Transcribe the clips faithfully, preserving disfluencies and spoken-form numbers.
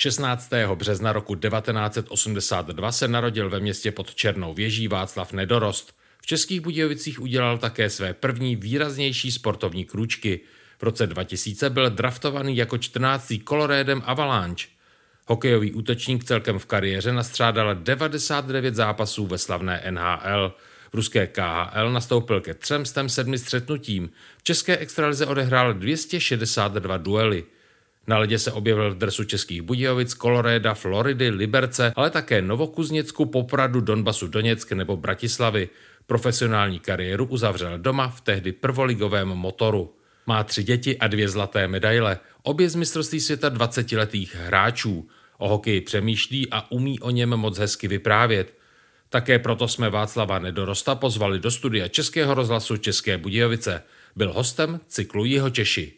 šestnáctého března roku devatenáct set osmdesát dva se narodil ve městě pod Černou věží Václav Nedorost. V Českých Budějovicích udělal také své první výraznější sportovní krůčky. V roce dva tisíce byl draftovaný jako čtrnáctý Coloredem Avalanche. Hokejový útočník celkem v kariéře nastřádal devadesát devět zápasů ve slavné N H L. V ruské K H L nastoupil ke třem stům sedmi střetnutím. V české extralize odehrál dvě stě šedesát dva duely. Na ledě se objevil v dresu Českých Budějovic, Coloreda, Floridy, Liberce, ale také Novokuzněcku, Popradu, Donbasu, Doněck nebo Bratislavy. Profesionální kariéru uzavřel doma v tehdy prvoligovém Motoru. Má tři děti a dvě zlaté medaile, obě z mistrovství světa dvacetiletých hráčů. O hokeji přemýšlí a umí o něm moc hezky vyprávět. Také proto jsme Václava Nedorosta pozvali do studia Českého rozhlasu České Budějovice. Byl hostem cyklu Jihočeši.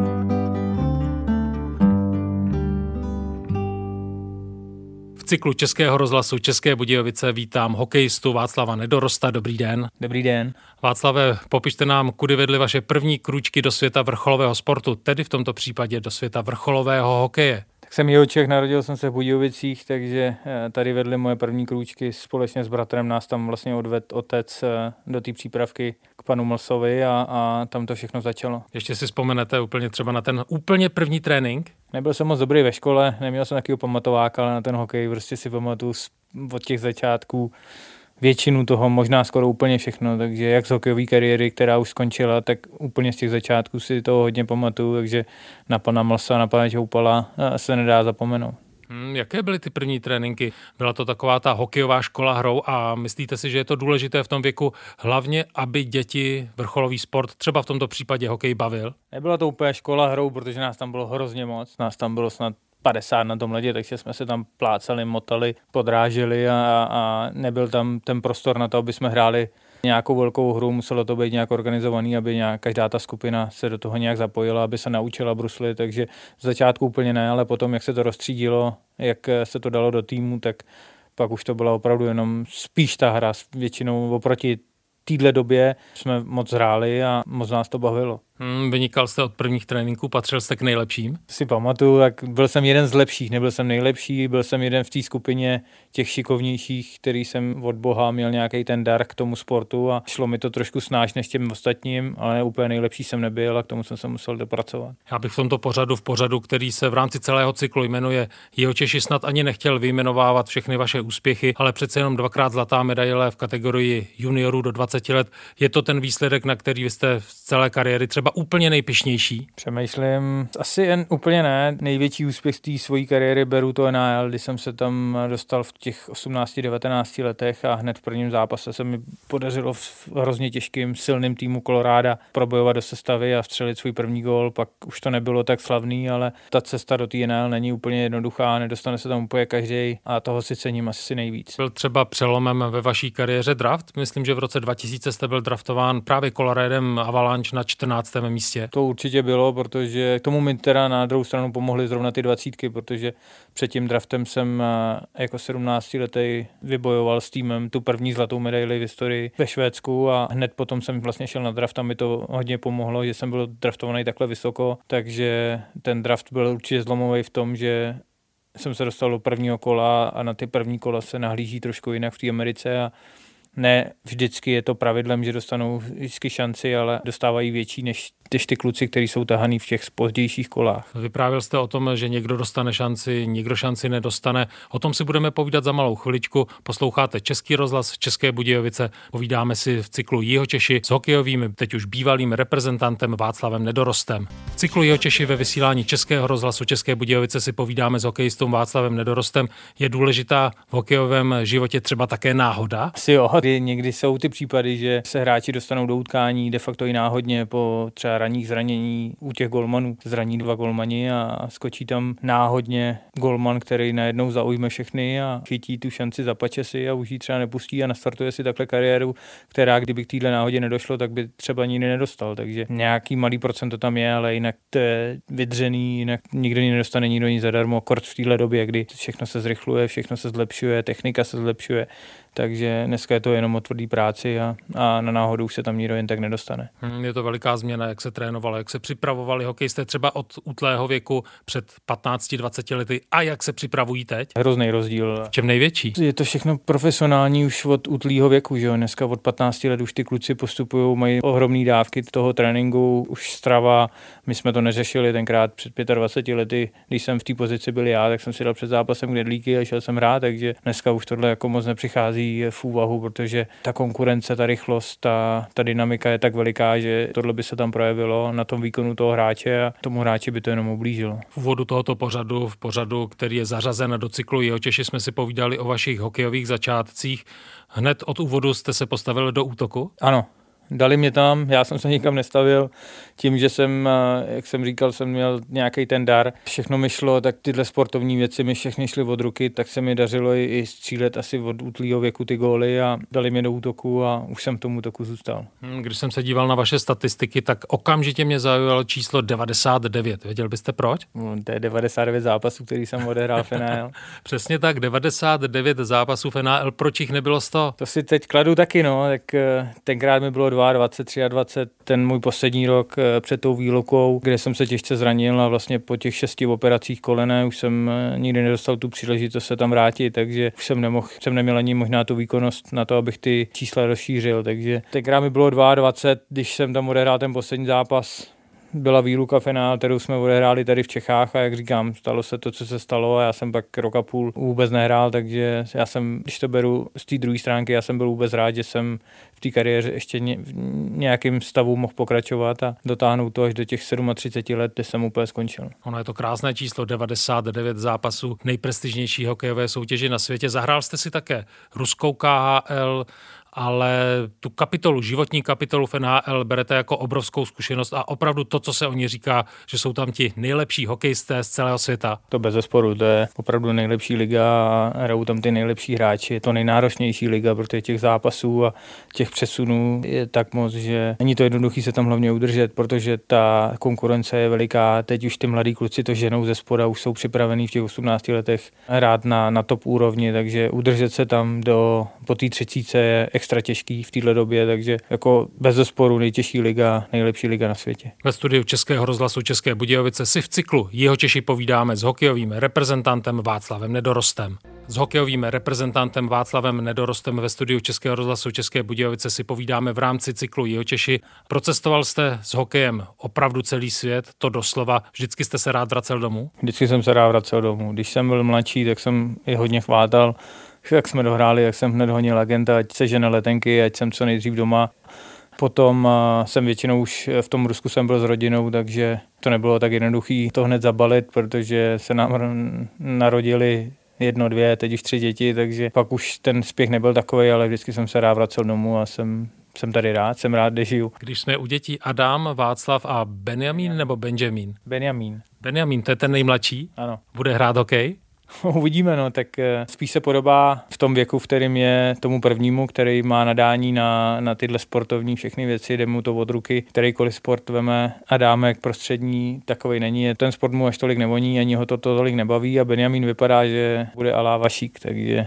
V cyklu Českého rozhlasu České Budějovice vítám hokejistu Václava Nedorosta. Dobrý den. Dobrý den. Václave, popište nám, kudy vedly vaše první krůčky do světa vrcholového sportu, tedy v tomto případě do světa vrcholového hokeje. Tak jsem Jihočech, narodil jsem se v Budějovicích, takže tady vedly moje první krůčky. Společně s bratrem nás tam vlastně odvedl otec do té přípravky k panu Mlsovi a, a tam to všechno začalo. Ještě si vzpomenete úplně třeba na ten úplně první trénink? Nebyl jsem moc dobrý ve škole, neměl jsem takového pamatováka, ale na ten hokej prostě si pamatuju od těch začátků většinu toho, možná skoro úplně všechno, takže jak z hokejové kariéry, která už skončila, tak úplně z těch začátků si toho hodně pamatuju, takže na pana Mlsa, na pana Čoupala se nedá zapomenout. Hmm, jaké byly ty první tréninky? Byla to taková ta hokejová škola hrou a myslíte si, že je to důležité v tom věku hlavně, aby děti vrcholový sport, třeba v tomto případě hokej, bavil? Nebyla to úplně škola hrou, protože nás tam bylo hrozně moc, nás tam bylo snad padesát na tom ledě, takže jsme se tam plácali, motali, podráželi a, a nebyl tam ten prostor na to, aby jsme hráli nějakou velkou hru, muselo to být nějak organizovaný, aby nějak, každá ta skupina se do toho nějak zapojila, aby se naučila bruslit, takže z začátku úplně ne, ale potom, jak se to rozstřídilo, jak se to dalo do týmu, tak pak už to byla opravdu jenom spíš ta hra, většinou oproti téhle době jsme moc hráli a moc nás to bavilo. Hmm, vynikal jste od prvních tréninků, patřil jste k nejlepším? Si pamatuju, tak byl jsem jeden z lepších, nebyl jsem nejlepší, byl jsem jeden v té skupině těch šikovnějších, který jsem od Boha měl nějaký ten dar k tomu sportu a šlo mi to trošku snáš než těm ostatním, ale úplně nejlepší jsem nebyl a k tomu jsem se musel dopracovat. Já bych v tomto pořadu, v pořadu, který se v rámci celého cyklu jmenuje Jihočeši, snad ani nechtěl vyjmenovávat všechny vaše úspěchy, ale přece jenom dvakrát zlatá medaile v kategorii juniorů do dvaceti let. Je to ten výsledek, na který vy jste v celé kariéry třeba úplně nejpyšnější? Přemýšlím, asi jen úplně ne. Největší úspěch z té svojí kariéry beru to N H L, kdy jsem se tam dostal v těch osmnácti devatenácti letech a hned v prvním zápase se mi podařilo v hrozně těžkým, silným týmu Colorada probojovat do sestavy a vstřelit svůj první gól. Pak už to nebylo tak slavný, ale ta cesta do té N H L není úplně jednoduchá, nedostane se tam úplně každý a toho si cením asi nejvíc. Byl třeba přelomem ve vaší kariéře draft? Myslím, že v roce dva tisíce jste byl draftován právě Coloredem Avalanche na čtrnáctém místě. To určitě bylo, protože k tomu mi teda na druhou stranu pomohly zrovna ty dvacítky, protože před tím draftem jsem jako sedmnáctiletý vybojoval s týmem tu první zlatou medaili v historii ve Švédsku a hned potom jsem vlastně šel na draft a mi to hodně pomohlo, že jsem byl draftovaný takhle vysoko, takže ten draft byl určitě zlomový v tom, že jsem se dostal do prvního kola a na ty první kola se nahlíží trošku jinak v té Americe a ne vždycky je to pravidlem, že dostanou vždycky šanci, ale dostávají větší než než ty kluci, kteří jsou tahaný v těch pozdějších kolách. Vyprávěl jste o tom, že někdo dostane šanci, někdo šanci nedostane. O tom si budeme povídat za malou chviličku. Posloucháte Český rozhlas České Budějovice. Povídáme si v cyklu Jihočeši s hokejovým, teď už bývalým reprezentantem Václavem Nedorostem. V cyklu Jihočeši ve vysílání Českého rozhlasu České Budějovice si povídáme s hokejistou Václavem Nedorostem. Je důležitá v hokejovém životě třeba také náhoda? Asi jo, někdy jsou ty případy, že se hráči dostanou do utkání de facto i náhodně po třeba ranních zranění u těch golmanů. Zraní dva golmani a skočí tam náhodně golman, který najednou zaujme všechny a chytí tu šanci, zapače si a už ji třeba nepustí a nastartuje si takhle kariéru, která kdyby k téhle náhodě nedošlo, tak by třeba nikdy nedostal. Takže nějaký malý procent to tam je, ale jinak to je vydřený, jinak nikdo nedostane nikdo nic zadarmo, kort v téhle době, kdy všechno se zrychluje, všechno se zlepšuje, technika se zlepšuje, takže dneska je to jenom o tvrdý práci a, a na náhodu už se tam nikdo jen tak nedostane. Hmm, je to veliká změna, jak se trénovalo, jak se připravovali hokejisté třeba od útlého věku před patnácti dvaceti lety a jak se připravují teď? Hrozný rozdíl. V čem největší? Je to všechno profesionální už od útlýho věku, že jo? Dneska od patnácti let už ty kluci postupují, mají ohromné dávky toho tréninku, už strava. My jsme to neřešili tenkrát před dvaceti pěti lety, když jsem v té pozici byl já, tak jsem si dal před zápasem knedlíky a šel jsem hrát, takže dneska už tohle jako moc nepřichází v úvahu, protože ta konkurence, ta rychlost, ta, ta dynamika je tak veliká, že tohle by se tam projevilo na tom výkonu toho hráče a tomu hráči by to jenom ublížilo. V úvodu tohoto pořadu, v pořadu, který je zařazen do cyklu Jihočeši, jsme si povídali o vašich hokejových začátcích. Hned od úvodu jste se postavili do útoku? Ano. Dali mě tam, já jsem se nikam nestavil, tím, že jsem, jak jsem říkal, jsem měl nějaký ten dar. Všechno mi šlo, tak tyhle sportovní věci mi všechny šly od ruky, tak se mi dařilo i, i střílet asi od útlýho věku ty góly a dali mě do útoku a už jsem v tom útoku zůstal. Když jsem se díval na vaše statistiky, tak okamžitě mě zaujalo číslo devadesát devět. Věděl byste proč? No, to je devadesát devět zápasů, který jsem odehrál v N H L. Přesně tak, devadesát devět zápasů v N H L, proč jich nebylo sto? To si teď kladu taky, no, tak tenkrát mi bylo dvacet dva, dvacet tři, ten můj poslední rok před tou výlukou, kde jsem se těžce zranil a vlastně po těch šesti operacích kolene už jsem nikdy nedostal tu příležitost se tam vrátit, takže už jsem nemohl, jsem neměl ani možná tu výkonnost na to, abych ty čísla rozšířil, takže tenkrát mi bylo dvacet dva, když jsem tam odehrál ten poslední zápas. Byla výluka v N H L, kterou jsme odehráli tady v Čechách a jak říkám, stalo se to, co se stalo a já jsem pak rok a půl vůbec nehrál, takže já jsem, když to beru z té druhé stránky, já jsem byl vůbec rád, že jsem v té kariéře ještě ně, v nějakým stavu mohl pokračovat a dotáhnout to až do těch třiceti sedmi let, kdy jsem úplně skončil. Ono je to krásné číslo, devadesát devět zápasů nejprestižnější hokejové soutěži na světě. Zahrál jste si také ruskou K H L, ale tu kapitolu, životní kapitolu v N H L berete jako obrovskou zkušenost a opravdu to, co se o ní říká, že jsou tam ti nejlepší hokejisté z celého světa. To bez zesporu, to je opravdu nejlepší liga a hrajou tam ty nejlepší hráči. Je to nejnáročnější liga, protože těch zápasů a těch přesunů je tak moc, že není to jednoduché se tam hlavně udržet, protože ta konkurence je veliká. Teď už ty mladí kluci to ženou ze spoda, už jsou připravení v těch osmnácti letech hrát na, na top úrovni, takže udržet se tam do po té třicítce je extra těžký v této době, takže jako bez zesporu nejtěžší liga, nejlepší liga na světě. Ve studiu Českého rozhlasu České Budějovice si v cyklu Jihočeši povídáme s hokejovým reprezentantem Václavem Nedorostem. S hokejovým reprezentantem Václavem Nedorostem ve studiu Českého rozhlasu České Budějovice si povídáme v rámci cyklu Jihočeši. Procestoval jste s hokejem opravdu celý svět, to doslova. Vždycky jste se rád vracel domů? Vždycky jsem se rád vracel domů. Když jsem byl mladší, tak jsem je hodně chvátal. Jak jsme dohráli, jak jsem hned honil agenta, ať se žene letenky, ať jsem co nejdřív doma. Potom uh, jsem většinou už v tom Rusku jsem byl s rodinou, takže to nebylo tak jednoduché to hned zabalit, protože se nám narodili jedno, dvě, teď už tři děti, takže pak už ten spěch nebyl takový, ale vždycky jsem se rád vracel domů a jsem, jsem tady rád, jsem rád, kde žiju. Když jsme u dětí Adam, Václav a Benjamín nebo Benjamin? Benjamín. Benjamín, to je ten nejmladší? Ano. Bude hrát hokej? Uvidíme, no, tak spíš se podobá v tom věku, v kterém je tomu prvnímu, který má nadání na, na tyhle sportovní všechny věci, jde mu to od ruky, kterýkoliv sport veme a dáme k prostřední, takovej není. Ten sport mu až tolik nevoní, ani ho to, to tolik nebaví a Benjamín vypadá, že bude alá Vašík, takže...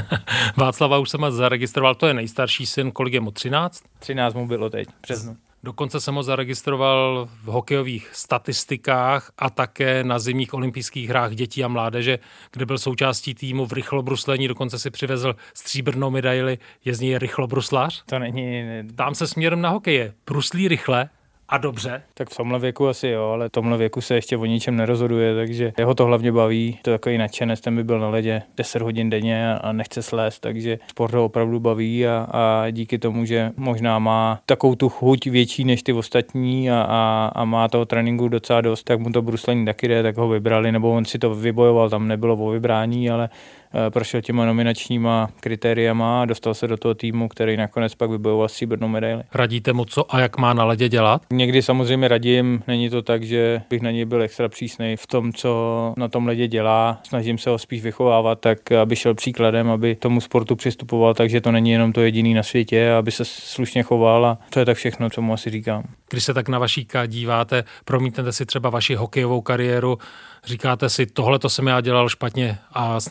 Václava už jsem zaregistroval, to je nejstarší syn, kolik je mu, třináct? třináct mu bylo teď, v březnu. Dokonce jsem ho zaregistroval v hokejových statistikách a také na zimních olympijských hrách dětí a mládeže, kde byl součástí týmu v rychlobruslení, dokonce si přivezl stříbrnou medaili. Je z něj rychlobruslař? To není... Tam se směrem na hokeje. Bruslí rychle a dobře. Tak v tomhle věku asi jo, ale v tomhle věku se ještě o ničem nerozhoduje, takže jeho to hlavně baví. To je takový nadšenec, ten by byl na ledě deset hodin denně a nechce slést, takže sport ho opravdu baví a, a díky tomu, že možná má takovou tu chuť větší než ty ostatní a, a, a má toho tréninku docela dost, tak mu to bruslení taky jde, tak ho vybrali, nebo on si to vybojoval, tam nebylo o vybrání, ale prošel těma nominačníma kritériama a dostal se do toho týmu, který nakonec pak vybojoval stříbrnou medaili. Radíte mu, co a jak má na ledě dělat? Někdy samozřejmě radím, není to tak, že bych na něj byl extra přísnej v tom, co na tom ledě dělá. Snažím se ho spíš vychovávat, tak aby šel příkladem, aby tomu sportu přistupoval, takže to není jenom to jediný na světě, aby se slušně choval a to je tak všechno, co mu asi říkám. Když se tak na Vašíka díváte, promítnete si třeba vaši hokejovou kariéru, říkáte si, tohle to jsem já dělal špatně a snažíte se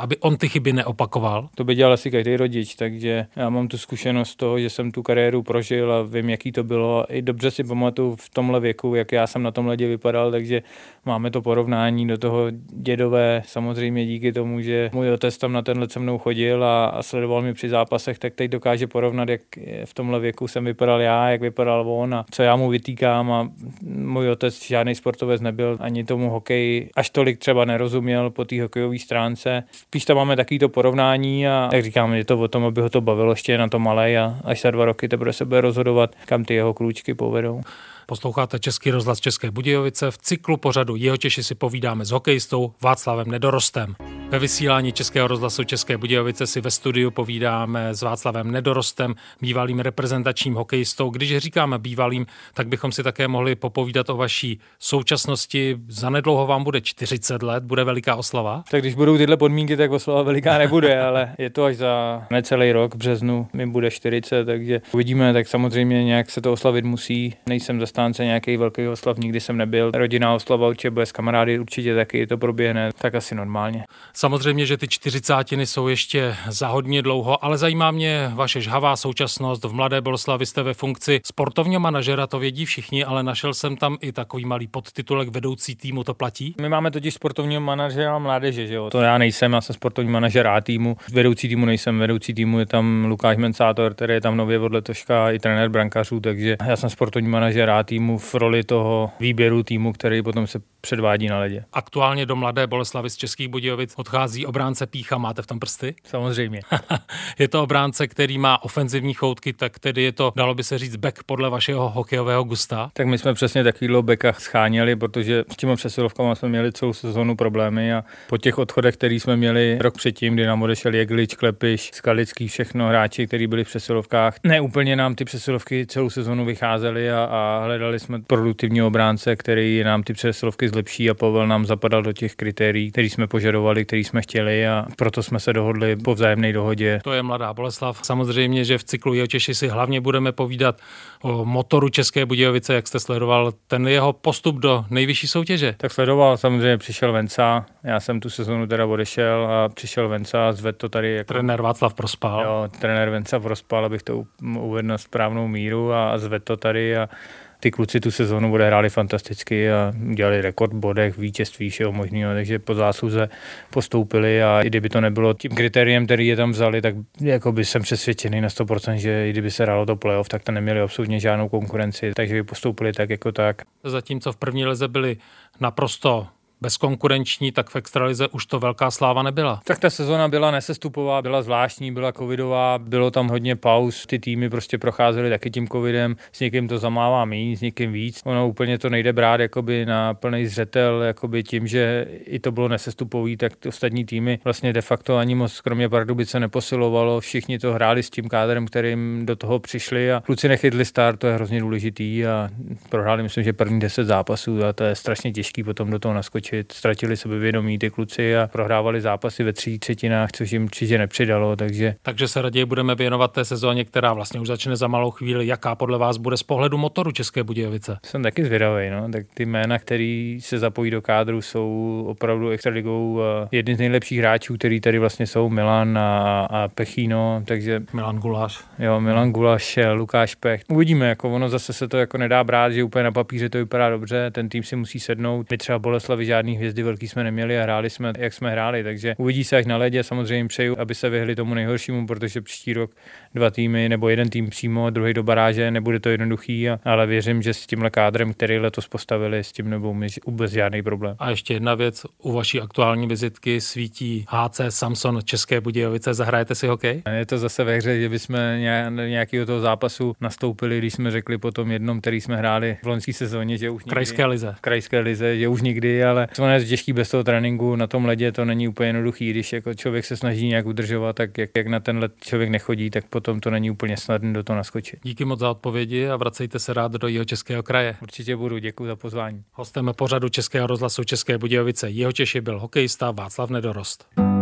aby on ty chyby neopakoval? To by dělal asi každý rodič, takže já mám tu zkušenost toho, že jsem tu kariéru prožil a vím, jaký to bylo. I dobře si pamatuju v tomhle věku, jak já jsem na tom ledě vypadal, takže máme to porovnání do toho dědové. Samozřejmě díky tomu, že můj otec tam na ten let se mnou chodil a, a sledoval mě při zápasech, tak teď dokáže porovnat, jak v tomhle věku jsem vypadal já, jak vypadal on a co já mu vytýkám. A můj otec žádný sportovec nebyl, ani tomu hokeji až tolik třeba nerozuměl po té hokejové stránce. Spíš tam máme takovýto porovnání a jak říkám, je to o tom, aby ho to bavilo ještě na to malé a až za dva roky teprve se bude rozhodovat, kam ty jeho krůčky povedou. Posloucháte Český rozhlas České Budějovice. V cyklu pořadu Jihočeši si povídáme s hokejistou Václavem Nedorostem. Ve vysílání Českého rozhlasu České Budějovice si ve studiu povídáme s Václavem Nedorostem, bývalým reprezentačním hokejistou. Když říkáme bývalým, tak bychom si také mohli popovídat o vaší současnosti. Zanedlouho vám bude čtyřicet let, bude veliká oslava. Tak když budou tyhle podmínky, tak oslava veliká nebude, ale je to až za necelý rok, v březnu mi bude čtyřicet, takže uvidíme, tak samozřejmě nějak se to oslavit musí. Nejsem zastánce nějaký velký oslav, nikdy jsem nebyl. Rodinná oslava určitě bude s kamarády, určitě taky to proběhne, tak asi normálně. Samozřejmě, že ty čtyřicátiny jsou ještě za hodně dlouho, ale zajímá mě vaše žhavá současnost. V Mladé Boleslavi jste ve funkci sportovního manažera, to vědí všichni, ale našel jsem tam i takový malý podtitulek vedoucí týmu, to platí? My máme totiž sportovního manažera mládeže, že jo? To já nejsem, já jsem sportovní manažer A týmu. Vedoucí týmu nejsem, vedoucí týmu je tam Lukáš Mencátor, který je tam nově od letoška i trenér brankářů, takže já jsem sportovní manažer A týmu v roli toho výběru týmu, který potom se předvádí na ledě. Aktuálně do Mladé Boleslavi z Českých Budějovic odchází obránce Pícha, máte v tom prsty? Samozřejmě. Je to obránce, který má ofenzivní choutky, tak tedy je to, dalo by se říct, back podle vašeho hokejového gusta? Tak my jsme přesně takovýhle backa scháněli, protože s těma přesilovkama jsme měli celou sezónu problémy a po těch odchodech, který jsme měli rok předtím, kdy nám odešel Jeglič, Klepiš, Skalický, všechno hráči, kteří byli v přesilovkách, ne úplně nám ty přesilovky celou sezónu vycházely a, a hledali jsme produktivního obránce, který nám ty přesilovky zlepší a Pavel nám zapadal do těch kritérií, který jsme požadovali, který jsme chtěli a proto jsme se dohodli po vzájemné dohodě. To je Mladá Boleslav. Samozřejmě, že v cyklu Jihočeši si hlavně budeme povídat o motoru České Budějovice, jak jste sledoval ten jeho postup do nejvyšší soutěže. Tak sledoval, samozřejmě přišel Venca, já jsem tu sezonu teda odešel a přišel Venca, zvedl to tady jako... Trenér Václav Prospal. Jo, trenér Venca Prospal, abych to uvedl na správnou míru a zvedl to tady a ty kluci tu sezónu bude hráli fantasticky a dělali rekord v bodech, vítězství, všeho možného, takže po zásluze postoupili a i kdyby to nebylo tím kritériem, který je tam vzali, tak jako by jsem přesvědčený na sto procent, že i kdyby se hrálo to playoff, tak to neměli absolutně žádnou konkurenci, takže by postoupili tak jako tak. Zatímco v první lize byli naprosto bezkonkurenční, tak v extralize už to velká sláva nebyla. Tak ta sezona byla nesestupová, byla zvláštní, byla covidová, bylo tam hodně pauz, ty týmy prostě procházely taky tím covidem, s někým to zamává méně, s někým víc. Ono úplně to nejde brát jakoby na plný zřetel, jakoby tím, že i to bylo nesestupový, tak ty ostatní týmy vlastně de facto ani moc kromě Pardubice neposilovalo, všichni to hráli s tím kádrem, kterým do toho přišli a kluci nechytli start, to je hrozně důležitý a prohráli myslím, že první deset zápasů a to je strašně těžký potom do toho naskočit. Ztratili sebevědomí ty kluci a prohrávali zápasy ve tří třetinách, což jim určitě nepřidalo, takže... Takže se raději budeme věnovat té sezóně, která vlastně už začne za malou chvíli. Jaká podle vás bude z pohledu motoru České Budějovice? Jsem taky zvědavý, no. Tak ty jména, který se zapojí do kádru, jsou opravdu extraligou jedni z nejlepších hráčů, který tady vlastně jsou, Milan a, a Pechino, takže... Milan Guláš. Jo, Milan Guláš, Lukáš Pech. Uvidíme, jako ono zase se to jako nedá brát, že úplně na papíře to vypadá dobře, ten tým si musí sednout. My třeba Boleslavi žádný hvězdy velký jsme neměli a hráli jsme, jak jsme hráli, takže uvidí se jak na ledě, samozřejmě přeju, aby se vyhli tomu nejhoršímu, protože příští rok dva týmy nebo jeden tým přímo, druhý do baráže, nebude to jednoduchý, ale věřím, že s tímhle kádrem, který letos postavili, s tím nebudou mít vůbec žádný problém. A ještě jedna věc, u vaší aktuální vizitky svítí H C Samson České Budějovice, zahrajete si hokej? Je to zase ve hře, že bychom nějakého toho zápasu nastoupili, když jsme řekli po tom jednom, který jsme hráli v loňské sezóně, že už nikdy, krajské lize. V krajské lize, že už nikdy, ale je těžký bez toho tréninku na tom ledě, to není úplně jednoduchý, když jako člověk se snaží nějak udržovat, tak jak, jak na ten led člověk nechodí, tak potom to není úplně snadné do toho naskočit. Díky moc za odpovědi a vracejte se rád do Jihočeského kraje. Určitě budu, děkuji za pozvání. Hostem pořadu Českého rozhlasu České Budějovice Jihočeši byl hokejista Václav Nedorost.